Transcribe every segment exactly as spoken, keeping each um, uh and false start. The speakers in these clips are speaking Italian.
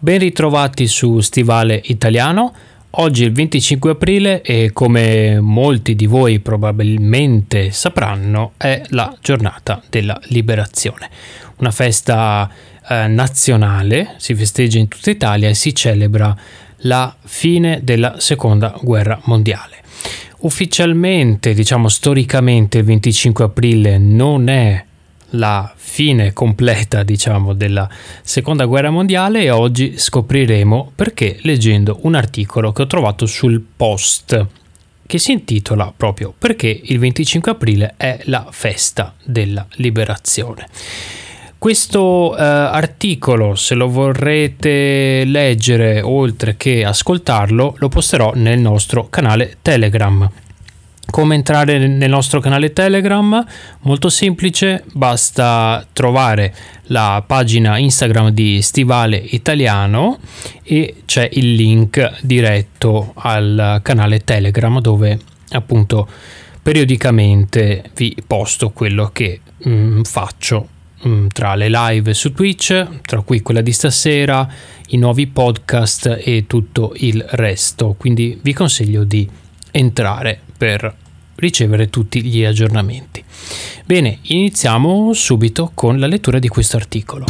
Ben ritrovati su Stivale Italiano. Oggi è il venticinque aprile e, come molti di voi probabilmente sapranno, è la giornata della liberazione. Una festa eh, nazionale, si festeggia in tutta Italia e si celebra la fine della seconda guerra mondiale. Ufficialmente, diciamo storicamente, il venticinque aprile non è la fine completa, diciamo, della seconda guerra mondiale, e oggi scopriremo perché leggendo un articolo che ho trovato sul Post che si intitola proprio "Perché il venticinque aprile è la festa della liberazione". Questo eh, articolo, se lo vorrete leggere oltre che ascoltarlo, lo posterò nel nostro canale Telegram. Come entrare nel nostro canale Telegram? Molto semplice, basta trovare la pagina Instagram di Stivale Italiano e c'è il link diretto al canale Telegram, dove appunto periodicamente vi posto quello che mh, faccio mh, tra le live su Twitch, tra cui quella di stasera, i nuovi podcast e tutto il resto. Quindi vi consiglio di entrare per ricevere tutti gli aggiornamenti. Bene, iniziamo subito con la lettura di questo articolo.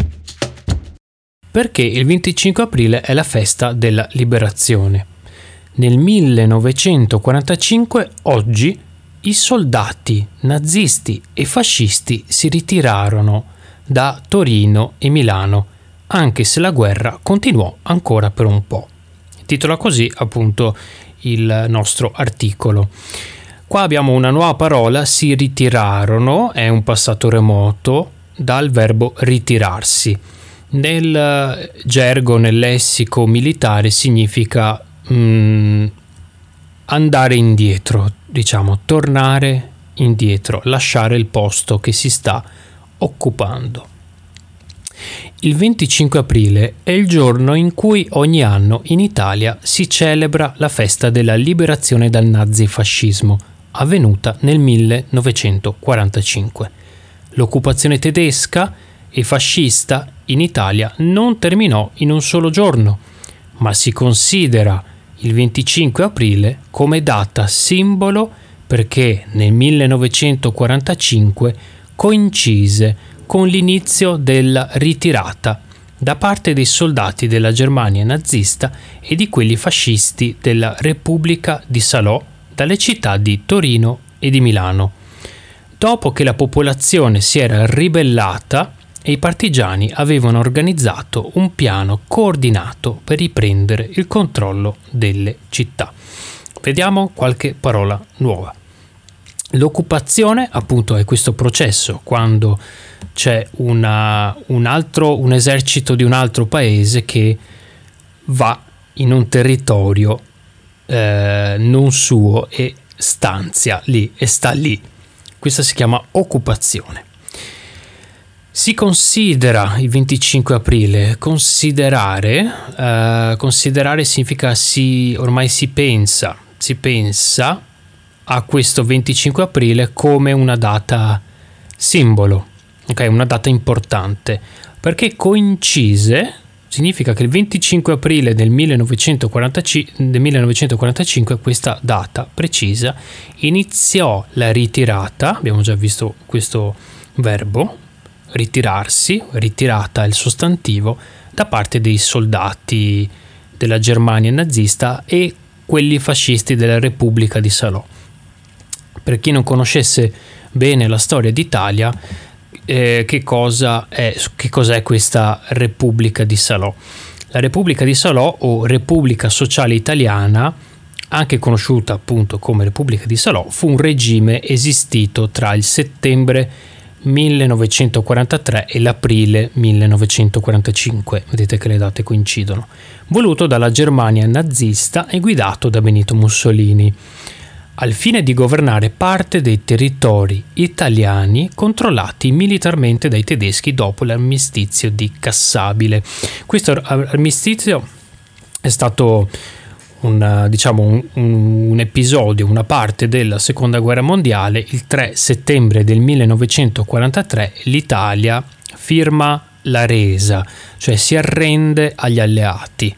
Perché il venticinque aprile è la festa della liberazione? Nel millenovecentoquarantacinque, oggi, i soldati nazisti e fascisti si ritirarono da Torino e Milano, anche se la guerra continuò ancora per un po'. Titola così appunto il nostro articolo. Qua abbiamo una nuova parola, si ritirarono, è un passato remoto dal verbo ritirarsi. Nel gergo, nel lessico militare significa mm, andare indietro, diciamo, tornare indietro, lasciare il posto che si sta occupando. Il venticinque aprile è il giorno in cui ogni anno in Italia si celebra la festa della liberazione dal nazifascismo, avvenuta nel millenovecentoquarantacinque. L'occupazione tedesca e fascista in Italia non terminò in un solo giorno, ma si considera il venticinque aprile come data simbolo perché nel millenovecentoquarantacinque coincise con l'inizio della ritirata da parte dei soldati della Germania nazista e di quelli fascisti della Repubblica di Salò dalle città di Torino e di Milano, dopo che la popolazione si era ribellata e i partigiani avevano organizzato un piano coordinato per riprendere il controllo delle città. Vediamo qualche parola nuova. L'occupazione, appunto, è questo processo quando c'è una, un altro un esercito di un altro paese che va in un territorio eh, non suo e stanzia lì e sta lì. Questa si chiama occupazione. Si considera il venticinque aprile, considerare eh, considerare significa si ormai si pensa si pensa a questo venticinque aprile come una data simbolo, ok, una data importante, perché coincise, significa che il venticinque aprile del millenovecentoquarantacinque, del millenovecentoquarantacinque, questa data precisa, iniziò la ritirata, abbiamo già visto questo verbo, ritirarsi, ritirata è il sostantivo, da parte dei soldati della Germania nazista e quelli fascisti della Repubblica di Salò. Per chi non conoscesse bene la storia d'Italia, eh, che cosa è, che cos'è questa Repubblica di Salò? La Repubblica di Salò, o Repubblica Sociale Italiana, anche conosciuta appunto come Repubblica di Salò, fu un regime esistito tra il settembre millenovecentoquarantatré e l'aprile millenovecentoquarantacinque, vedete che le date coincidono, voluto dalla Germania nazista e guidato da Benito Mussolini, al fine di governare parte dei territori italiani controllati militarmente dai tedeschi dopo l'armistizio di Cassabile. Questo armistizio è stato un, diciamo, un, un episodio, una parte della seconda guerra mondiale. Il tre settembre del millenovecentoquarantatré l'Italia firma la resa, cioè si arrende agli alleati.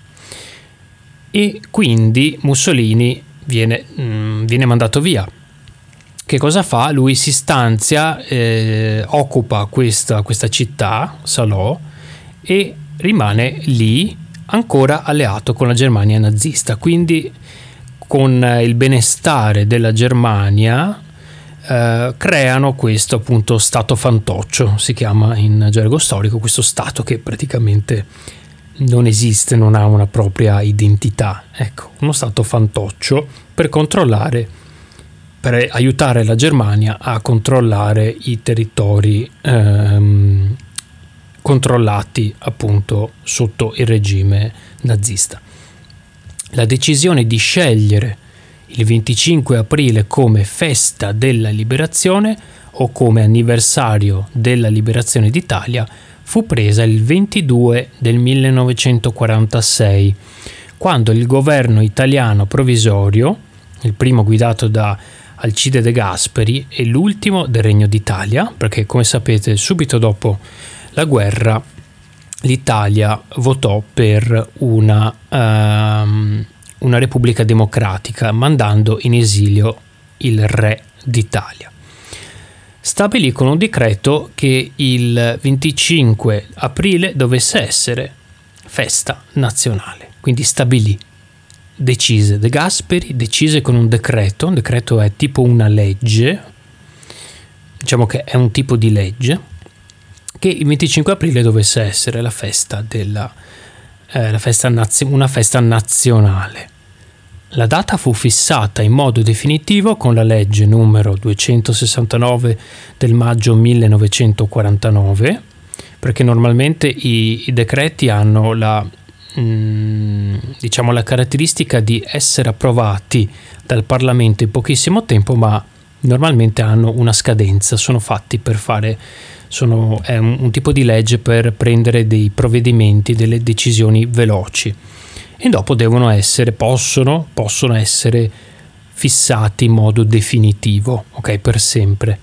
E quindi Mussolini viene, mh, viene mandato via. Che cosa fa? Lui si stanzia, eh, occupa questa, questa città, Salò, e rimane lì ancora alleato con la Germania nazista. Quindi con il benestare della Germania eh, creano questo appunto stato fantoccio, si chiama in gergo storico, questo stato che praticamente non esiste, non ha una propria identità. Ecco, uno stato fantoccio per controllare, per aiutare la Germania a controllare i territori ehm, controllati appunto sotto il regime nazista. La decisione di scegliere il venticinque aprile come festa della liberazione o come anniversario della liberazione d'Italia fu presa il ventidue del millenovecentoquarantasei, quando il governo italiano provvisorio, il primo guidato da Alcide De Gasperi e l'ultimo del Regno d'Italia, perché come sapete subito dopo la guerra l'Italia votò per una, um, una repubblica democratica, mandando in esilio il re d'Italia. Stabilì con un decreto che il venticinque aprile dovesse essere festa nazionale, quindi stabilì, decise De Gasperi, decise con un decreto, un decreto è tipo una legge, diciamo che è un tipo di legge, che il venticinque aprile dovesse essere la festa della eh, la festa nazio- una festa nazionale. La data fu fissata in modo definitivo con la legge numero duecentosessantanove del maggio millenovecentoquarantanove, perché normalmente i, i decreti hanno la mh, diciamo la caratteristica di essere approvati dal Parlamento in pochissimo tempo, ma normalmente hanno una scadenza, sono fatti per fare sono è un, un tipo di legge per prendere dei provvedimenti, delle decisioni veloci, e dopo devono essere possono possono essere fissati in modo definitivo, ok, per sempre.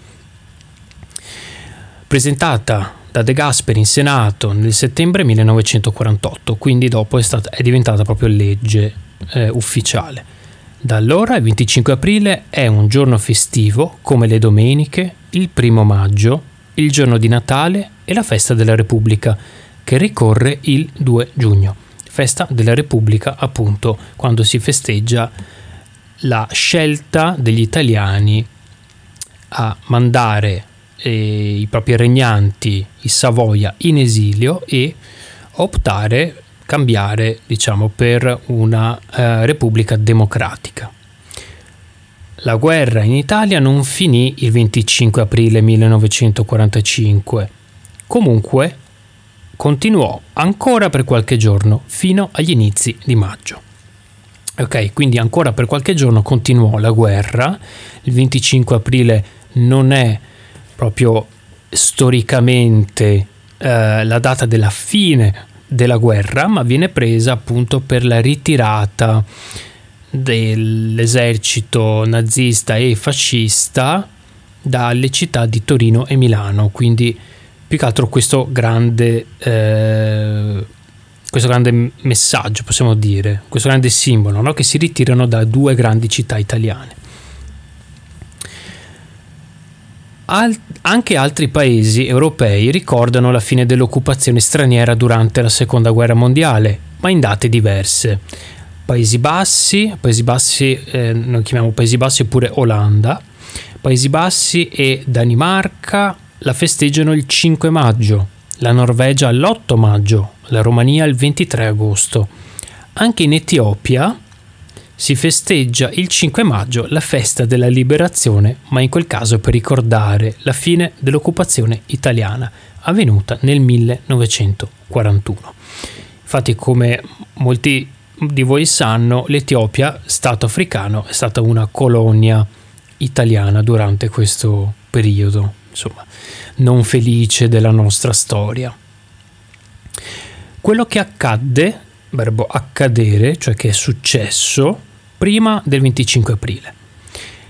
Presentata da De Gasperi in Senato nel settembre millenovecentoquarantotto, quindi dopo è stata è diventata proprio legge eh, ufficiale. Da allora il venticinque aprile è un giorno festivo come le domeniche, il primo maggio, il giorno di Natale e la festa della Repubblica, che ricorre il due giugno. Festa della Repubblica, appunto, quando si festeggia la scelta degli italiani a mandare eh, i propri regnanti, i Savoia, in esilio e optare, cambiare, diciamo, per una eh, Repubblica democratica. La guerra in Italia non finì il venticinque aprile millenovecentoquarantacinque, comunque continuò ancora per qualche giorno fino agli inizi di maggio. Ok, quindi ancora per qualche giorno continuò la guerra. Il venticinque aprile non è proprio storicamente eh, la data della fine della guerra, ma viene presa appunto per la ritirata dell'esercito nazista e fascista dalle città di Torino e Milano, quindi più che altro questo grande eh, questo grande messaggio, possiamo dire, questo grande simbolo, no? Che si ritirano da due grandi città italiane. Al- anche altri paesi europei ricordano la fine dell'occupazione straniera durante la seconda guerra mondiale, ma in date diverse. Paesi Bassi, Paesi Bassi, eh, noi chiamiamo Paesi Bassi oppure Olanda, Paesi Bassi e Danimarca la festeggiano il cinque maggio, la Norvegia l'otto maggio, la Romania il ventitré agosto. Anche in Etiopia si festeggia il cinque maggio la festa della liberazione, ma in quel caso per ricordare la fine dell'occupazione italiana avvenuta nel millenovecentoquarantuno. Infatti, come molti di voi sanno, l'Etiopia, stato africano, è stata una colonia italiana durante questo periodo, insomma, non felice della nostra storia. Quello che accadde, verbo accadere, cioè che è successo prima del venticinque aprile.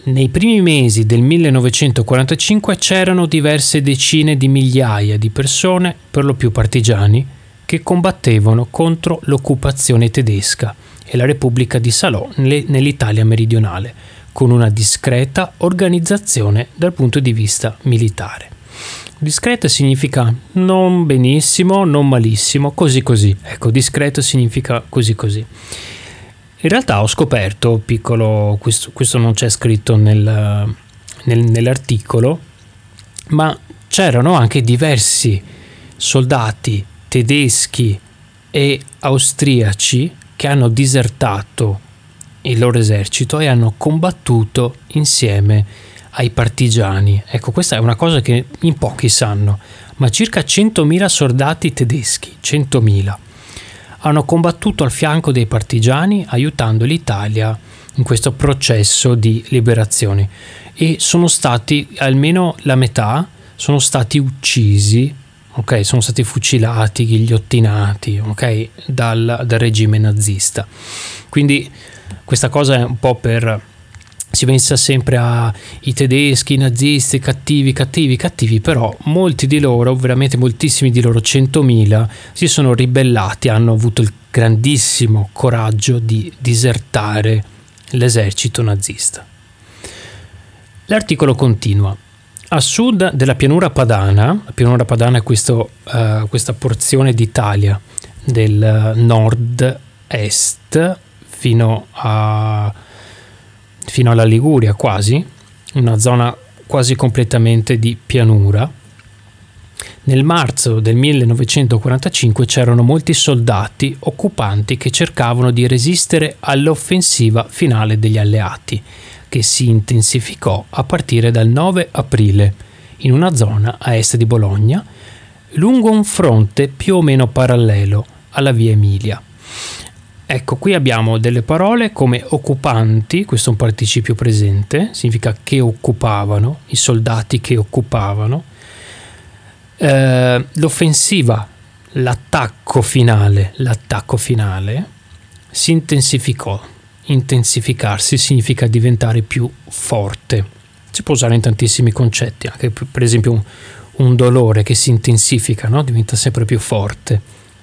Nei primi mesi del millenovecentoquarantacinque c'erano diverse decine di migliaia di persone, per lo più partigiani, che combattevano contro l'occupazione tedesca e la Repubblica di Salò nell'Italia meridionale, con una discreta organizzazione dal punto di vista militare. Discreta significa non benissimo, non malissimo, così così. Ecco, discreto significa così così. In realtà ho scoperto, piccolo, questo, questo non c'è scritto nel, nel, nell'articolo, ma c'erano anche diversi soldati tedeschi e austriaci che hanno disertato il loro esercito e hanno combattuto insieme ai partigiani. Ecco, questa è una cosa che in pochi sanno, ma circa centomila soldati tedeschi, centomila, hanno combattuto al fianco dei partigiani aiutando l'Italia in questo processo di liberazione, e sono stati, almeno la metà, sono stati uccisi, ok, sono stati fucilati, ghigliottinati, ok, dal, dal regime nazista. Quindi questa cosa è un po' per... si pensa sempre ai tedeschi, i nazisti, cattivi, cattivi, cattivi, però molti di loro, veramente moltissimi di loro, centomila, si sono ribellati, hanno avuto il grandissimo coraggio di disertare l'esercito nazista. L'articolo continua. A sud della pianura padana, la pianura padana è questo, uh, questa porzione d'Italia del nord-est fino a... fino alla Liguria quasi, una zona quasi completamente di pianura. Nel marzo del millenovecentoquarantacinque c'erano molti soldati occupanti che cercavano di resistere all'offensiva finale degli alleati, che si intensificò a partire dal nove aprile in una zona a est di Bologna, lungo un fronte più o meno parallelo alla via Emilia. Ecco, qui abbiamo delle parole come occupanti, questo è un participio presente, significa che occupavano, i soldati che occupavano, eh, l'offensiva, l'attacco finale, l'attacco finale si intensificò. Intensificarsi significa diventare più forte. Si può usare in tantissimi concetti, anche per esempio un, un dolore che si intensifica, no? Diventa sempre più forte.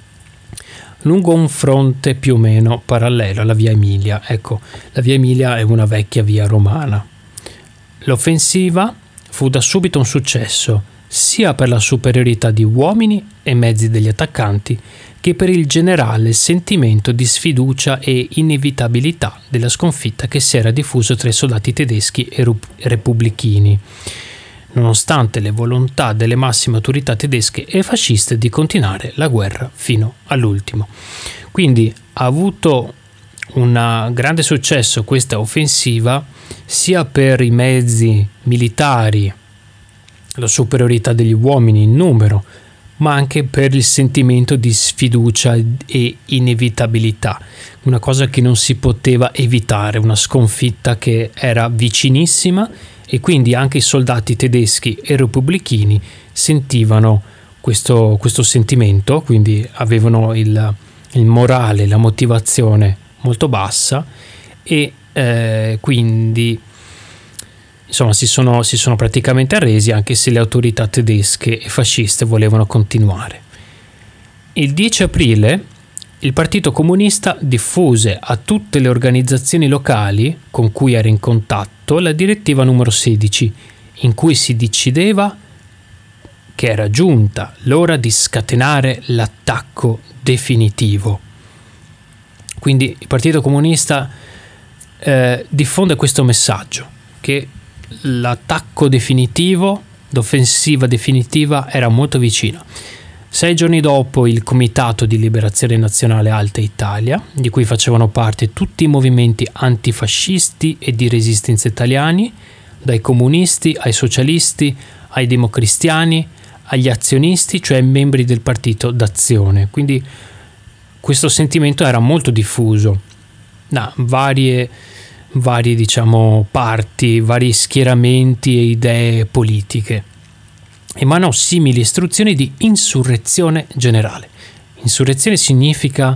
Lungo un fronte più o meno parallelo alla via Emilia. Ecco, la via Emilia è una vecchia via romana. L'offensiva fu da subito un successo, sia per la superiorità di uomini e mezzi degli attaccanti, che per il generale sentimento di sfiducia e inevitabilità della sconfitta che si era diffuso tra i soldati tedeschi e repubblichini, nonostante le volontà delle massime autorità tedesche e fasciste di continuare la guerra fino all'ultimo. Quindi ha avuto un grande successo questa offensiva sia per i mezzi militari, la superiorità degli uomini in numero, ma anche per il sentimento di sfiducia e inevitabilità, una cosa che non si poteva evitare, una sconfitta che era vicinissima, e quindi anche i soldati tedeschi e repubblichini sentivano questo, questo sentimento, quindi avevano il, il morale, la motivazione molto bassa, e eh, quindi insomma si sono, si sono praticamente arresi, anche se le autorità tedesche e fasciste volevano continuare. Il dieci aprile il Partito Comunista diffuse a tutte le organizzazioni locali con cui era in contatto la direttiva numero sedici, in cui si decideva che era giunta l'ora di scatenare l'attacco definitivo. Quindi il Partito Comunista eh, diffonde questo messaggio, che l'attacco definitivo, l'offensiva definitiva era molto vicina. Sei giorni dopo il Comitato di Liberazione Nazionale Alta Italia, di cui facevano parte tutti i movimenti antifascisti e di resistenza italiani, dai comunisti ai socialisti, ai democristiani, agli azionisti, cioè membri del Partito d'Azione. Quindi questo sentimento era molto diffuso da varie, varie diciamo, parti, vari schieramenti e idee politiche. Emanò simili istruzioni di insurrezione generale. Insurrezione significa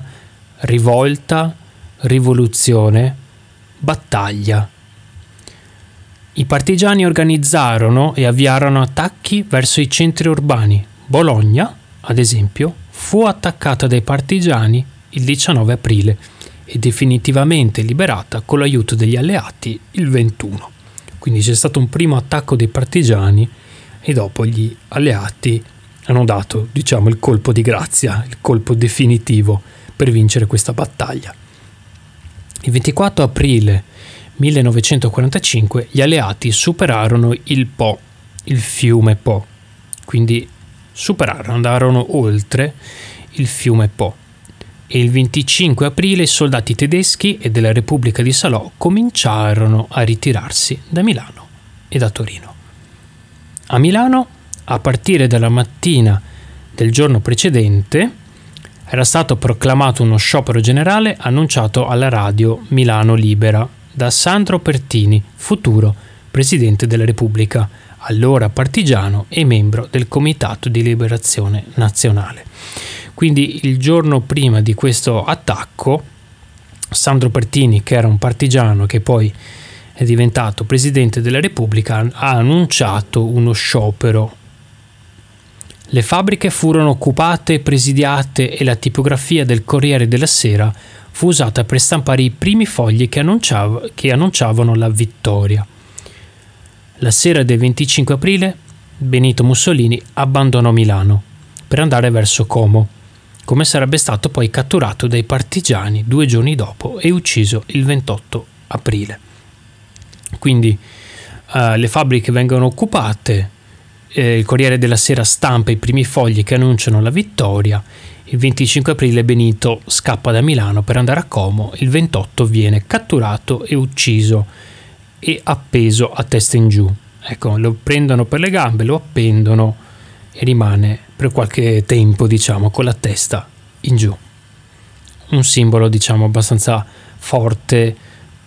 rivolta, rivoluzione, battaglia. I partigiani organizzarono e avviarono attacchi verso i centri urbani. Bologna, ad esempio, fu attaccata dai partigiani il diciannove aprile e definitivamente liberata con l'aiuto degli alleati il ventuno. Quindi c'è stato un primo attacco dei partigiani e dopo gli alleati hanno dato, diciamo, il colpo di grazia, il colpo definitivo per vincere questa battaglia. Il ventiquattro aprile millenovecentoquarantacinque gli alleati superarono il Po, il fiume Po, quindi superarono, andarono oltre il fiume Po. E il venticinque aprile i soldati tedeschi e della Repubblica di Salò cominciarono a ritirarsi da Milano e da Torino. A Milano, a partire dalla mattina del giorno precedente, era stato proclamato uno sciopero generale annunciato alla radio Milano Libera da Sandro Pertini, futuro presidente della Repubblica, allora partigiano e membro del Comitato di Liberazione Nazionale. Quindi il giorno prima di questo attacco, Sandro Pertini, che era un partigiano che poi è diventato presidente della Repubblica, ha annunciato uno sciopero. Le fabbriche furono occupate e presidiate e la tipografia del Corriere della Sera fu usata per stampare i primi fogli che, annunciav- che annunciavano la vittoria. La sera del venticinque aprile Benito Mussolini abbandonò Milano per andare verso Como, come sarebbe stato poi catturato dai partigiani due giorni dopo e ucciso il ventotto aprile. Quindi uh, le fabbriche vengono occupate, eh, il Corriere della Sera stampa i primi fogli che annunciano la vittoria, il venticinque aprile Benito scappa da Milano per andare a Como, il ventotto viene catturato e ucciso e appeso a testa in giù. Ecco, lo prendono per le gambe, lo appendono e rimane per qualche tempo, diciamo, con la testa in giù. Un simbolo, diciamo, abbastanza forte.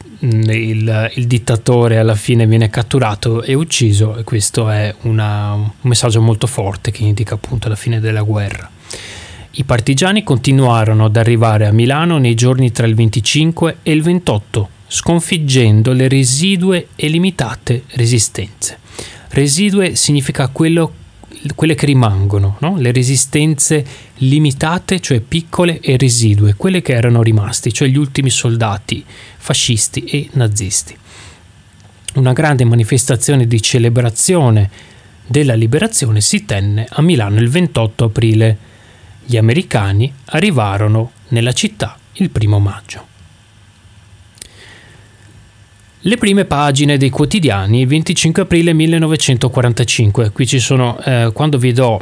Il, il dittatore alla fine viene catturato e ucciso, e questo è una, un messaggio molto forte che indica appunto la fine della guerra. I partigiani continuarono ad arrivare a Milano nei giorni tra il venticinque e il ventotto, sconfiggendo le residue e limitate resistenze. Residue significa quello, quelle che rimangono, no? Le resistenze limitate, cioè piccole, e residue, quelle che erano rimasti, cioè gli ultimi soldati fascisti e nazisti. Una grande manifestazione di celebrazione della liberazione si tenne a Milano il ventotto aprile. Gli americani arrivarono nella città il primo maggio. Le prime pagine dei quotidiani, venticinque aprile millenovecentoquarantacinque. Qui ci sono, eh, quando vi do,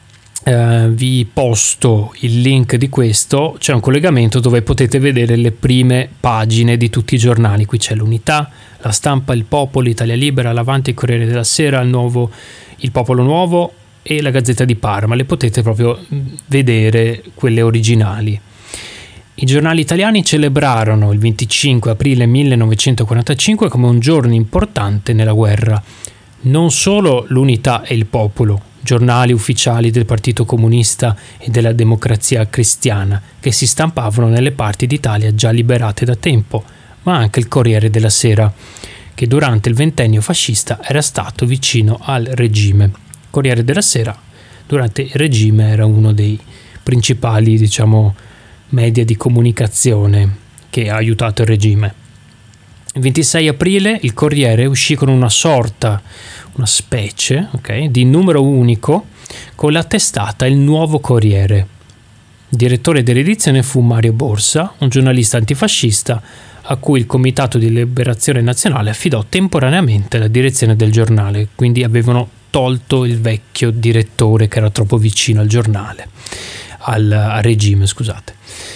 eh, vi posto il link di questo, c'è un collegamento dove potete vedere le prime pagine di tutti i giornali. Qui c'è l'Unità, La Stampa, Il Popolo, Italia Libera, L'Avanti, il Corriere della Sera, il Nuovo, il Popolo Nuovo e la Gazzetta di Parma. Le potete proprio vedere, quelle originali. I giornali italiani celebrarono il venticinque aprile millenovecentoquarantacinque come un giorno importante nella guerra. Non solo l'Unità e il Popolo, giornali ufficiali del Partito Comunista e della Democrazia Cristiana, che si stampavano nelle parti d'Italia già liberate da tempo, ma anche il Corriere della Sera, che durante il ventennio fascista era stato vicino al regime. Corriere della Sera durante il regime era uno dei principali, diciamo, media di comunicazione che ha aiutato il regime. Il ventisei aprile il Corriere uscì con una sorta, una specie, okay, di numero unico con la testata Il Nuovo Corriere. Direttore dell'edizione fu Mario Borsa, un giornalista antifascista a cui il Comitato di Liberazione Nazionale affidò temporaneamente la direzione del giornale, quindi avevano tolto il vecchio direttore che era troppo vicino al giornale, al, al regime, scusate.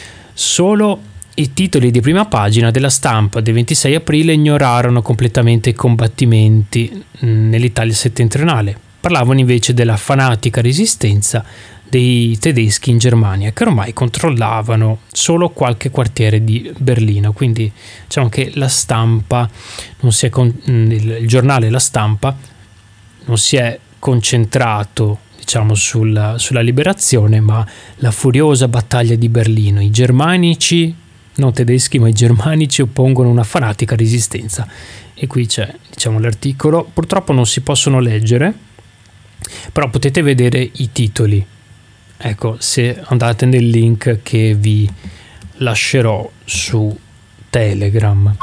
Solo i titoli di prima pagina della Stampa del ventisei aprile ignorarono completamente i combattimenti nell'Italia settentrionale. Parlavano invece della fanatica resistenza dei tedeschi in Germania, che ormai controllavano solo qualche quartiere di Berlino. Quindi diciamo che la Stampa non si è con- il giornale La Stampa non si è concentrato, diciamo, sulla, sulla liberazione, ma la furiosa battaglia di Berlino. I germanici, non tedeschi ma i germanici, oppongono una fanatica resistenza e qui c'è, diciamo, l'articolo. Purtroppo non si possono leggere, però potete vedere i titoli, ecco, se andate nel link che vi lascerò su Telegram.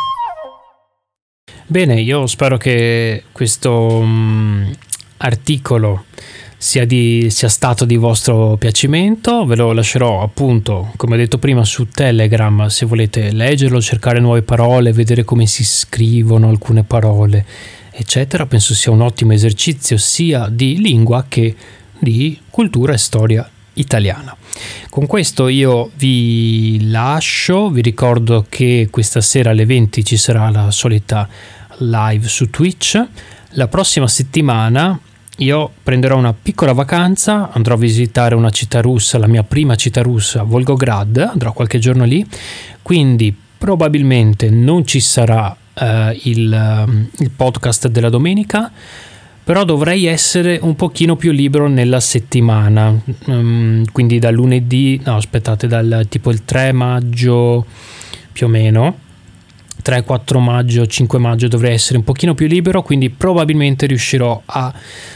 Bene, io spero che questo um, articolo sia, di, sia stato di vostro piacimento. Ve lo lascerò, appunto, come detto prima, su Telegram se volete leggerlo, cercare nuove parole, vedere come si scrivono alcune parole, eccetera. Penso sia un ottimo esercizio sia di lingua che di cultura e storia italiana. Con questo io vi lascio, vi ricordo che questa sera alle venti ci sarà la solita live su Twitch. La prossima settimana io prenderò una piccola vacanza, andrò a visitare una città russa, la mia prima città russa, Volgograd, andrò qualche giorno lì, quindi probabilmente non ci sarà uh, il, uh, il podcast della domenica, però dovrei essere un pochino più libero nella settimana, um, quindi dal lunedì, no aspettate, dal tipo il tre maggio più o meno, tre quattro maggio, cinque maggio dovrei essere un pochino più libero, quindi probabilmente riuscirò a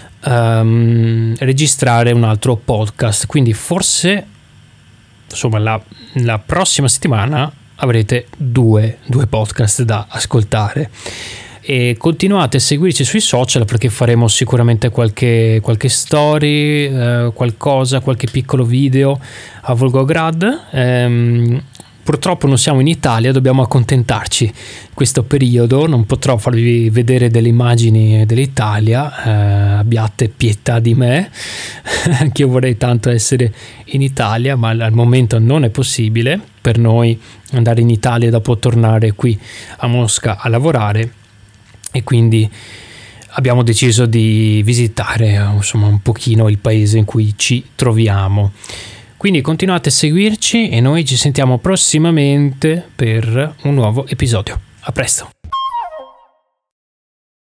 um, registrare un altro podcast, quindi forse insomma la, la prossima settimana avrete due, due podcast da ascoltare. E continuate a seguirci sui social perché faremo sicuramente qualche, qualche story, eh, qualcosa, qualche piccolo video a Volgograd. Ehm, purtroppo non siamo in Italia, dobbiamo accontentarci questo periodo, non potrò farvi vedere delle immagini dell'Italia, eh, abbiate pietà di me, anche io vorrei tanto essere in Italia, ma al momento non è possibile per noi andare in Italia e dopo tornare qui a Mosca a lavorare. E quindi abbiamo deciso di visitare insomma un pochino il paese in cui ci troviamo. Quindi continuate a seguirci e noi ci sentiamo prossimamente per un nuovo episodio. A presto!